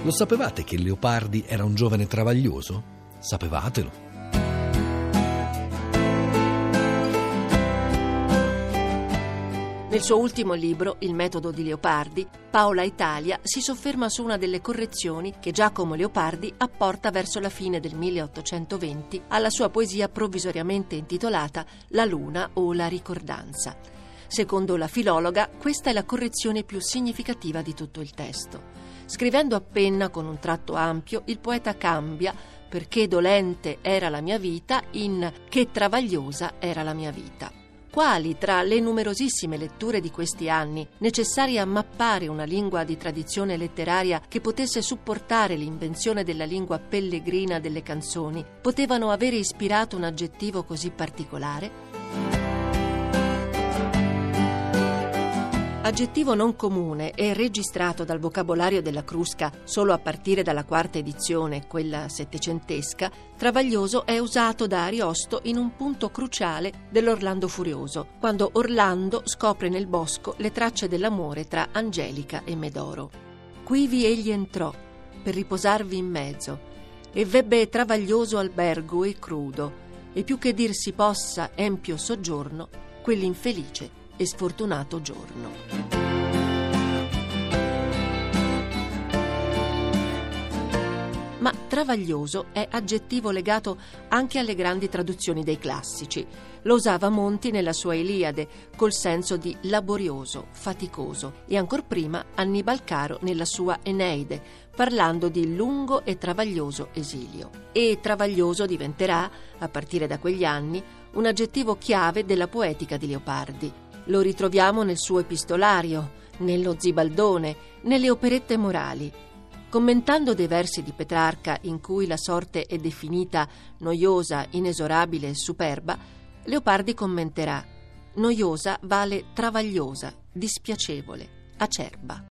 Lo sapevate che Leopardi era un giovane travaglioso? Sapevatelo? Nel suo ultimo libro, Il metodo di Leopardi, Paola Italia si sofferma su una delle correzioni che Giacomo Leopardi apporta verso la fine del 1820 alla sua poesia provvisoriamente intitolata La luna o la ricordanza. Secondo la filologa, questa è la correzione più significativa di tutto il testo. Scrivendo a penna con un tratto ampio, il poeta cambia "perché dolente era la mia vita" in "che travagliosa era la mia vita". Quali tra le numerosissime letture di questi anni, necessarie a mappare una lingua di tradizione letteraria che potesse supportare l'invenzione della lingua pellegrina delle canzoni, potevano avere ispirato un aggettivo così particolare? Aggettivo non comune e registrato dal vocabolario della Crusca solo a partire dalla quarta edizione, quella settecentesca, travaglioso è usato da Ariosto in un punto cruciale dell'Orlando Furioso, quando Orlando scopre nel bosco le tracce dell'amore tra Angelica e Medoro. Quivi egli entrò, per riposarvi in mezzo, e vebbe travaglioso albergo e crudo, e più che dir si possa empio soggiorno, quell'infelice e sfortunato giorno. Ma travaglioso è aggettivo legato anche alle grandi traduzioni dei classici. Lo usava Monti nella sua Iliade, col senso di laborioso, faticoso, e ancor prima Annibal Caro nella sua Eneide, parlando di lungo e travaglioso esilio. E travaglioso diventerà, a partire da quegli anni, un aggettivo chiave della poetica di Leopardi. Lo ritroviamo nel suo epistolario, nello Zibaldone, nelle operette morali. Commentando dei versi di Petrarca in cui la sorte è definita noiosa, inesorabile e superba, Leopardi commenterà: noiosa vale travagliosa, dispiacevole, acerba.